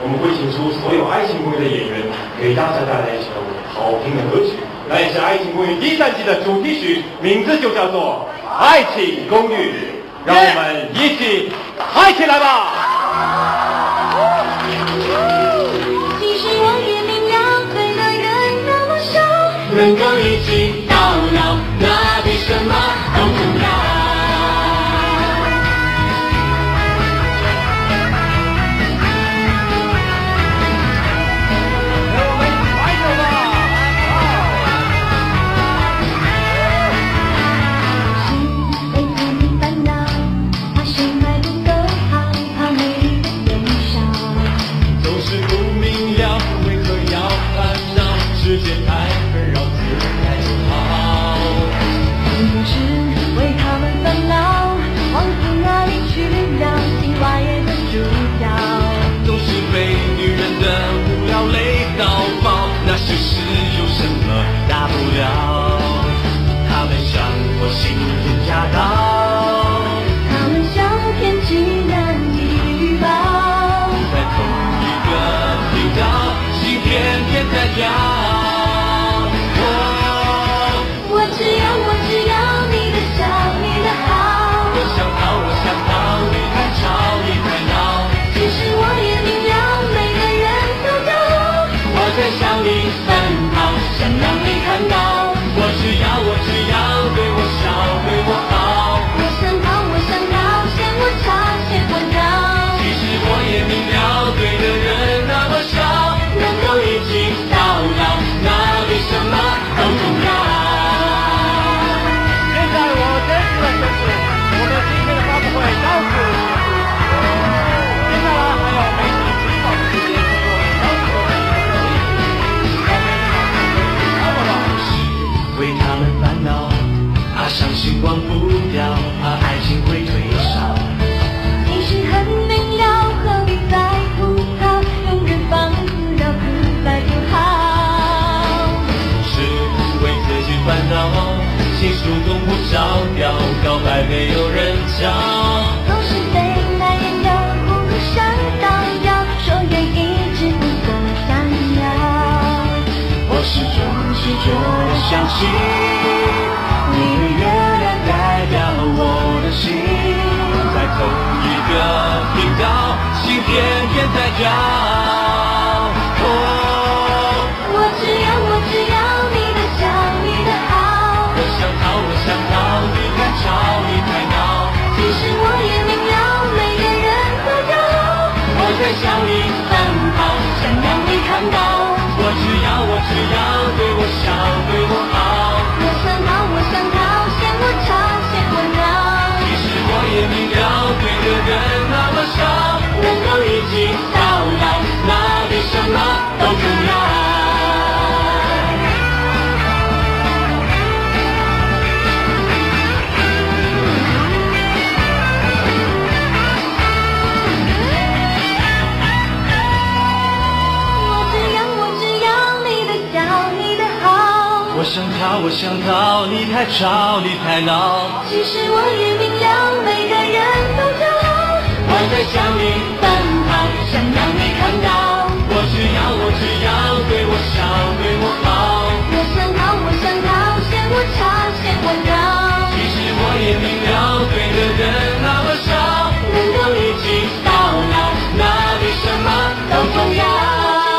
我们会请出所有《爱情公寓》的演员，给大家带来一首好听的歌曲，那也是《爱情公寓》第3季的主题曲，名字就叫做《爱情公寓》，让我们一起嗨起来吧！ 其实我也明了，对的人那么少， 能够一起到老，那比什么都重要。世界太纷扰，自在就好。 总是为他们烦恼，往哪里去了？青蛙也很主要。 总是被女人的无聊累到爆，那些事有什么大不了？他们像我心中夹道， 他们像天气难以预报， 在同一个频道，心天天在跳。向你奔跑，想让你看到，我只要对我笑，对我好。 我想逃，嫌我差，嫌我闹。 其实我也明了，对的人那么少，能够一起到老，那比什么都重要。 现在我正式的宣布，我们今天的发布会到此结束。接下来还有媒体指导的时间，所以我们邀请我们为他们烦恼，怕伤心忘不掉，怕爱情会退烧。 其实很明了，何必在乎它，永远放任自在就好。 是为自己烦恼，情书总不烧掉，告白没有人教。 都是被难言的虎口山荡漾，说愿一直不够闪耀。 我始终是这样相信，你的月亮代表我的心，在同一个频道，心天天在跳。 我只要你的笑，你的好。 我想逃，你太吵，你太闹。 其实我也明了，每个人都骄傲。 我在向你奔跑，想让你看到。我只要对我笑，对我好。 我想逃，嫌我差，嫌我闹。 其实我也明了，对的人那么少，能够一起到老，那比什么都重要。我想逃，你太吵，你太闹。 其实我也明了，每个人都骄傲。 我在向你奔跑，想让你看到。我只要对我笑，对我好。 我想逃，嫌我差，嫌我闹。 其实我也明了，对的人那么少，能够一起到老，那比什么都重要。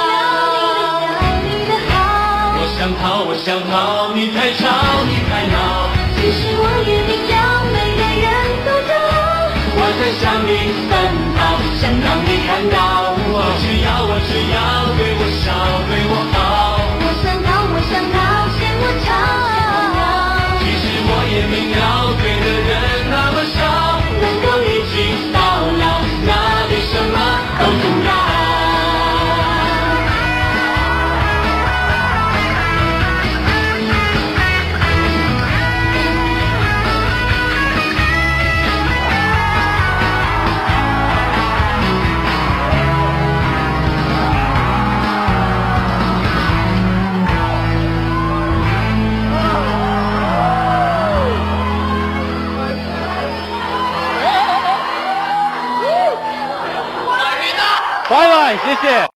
我想逃，你太吵，你太闹。 其实我也明了，每个人都骄傲。 我在向你奔跑，想让你看到。我只要对我笑，对我好。 我想逃，嫌我差。 其实我也明了，对的人那么少，能够一起到老，那比什么都重要。 谢谢。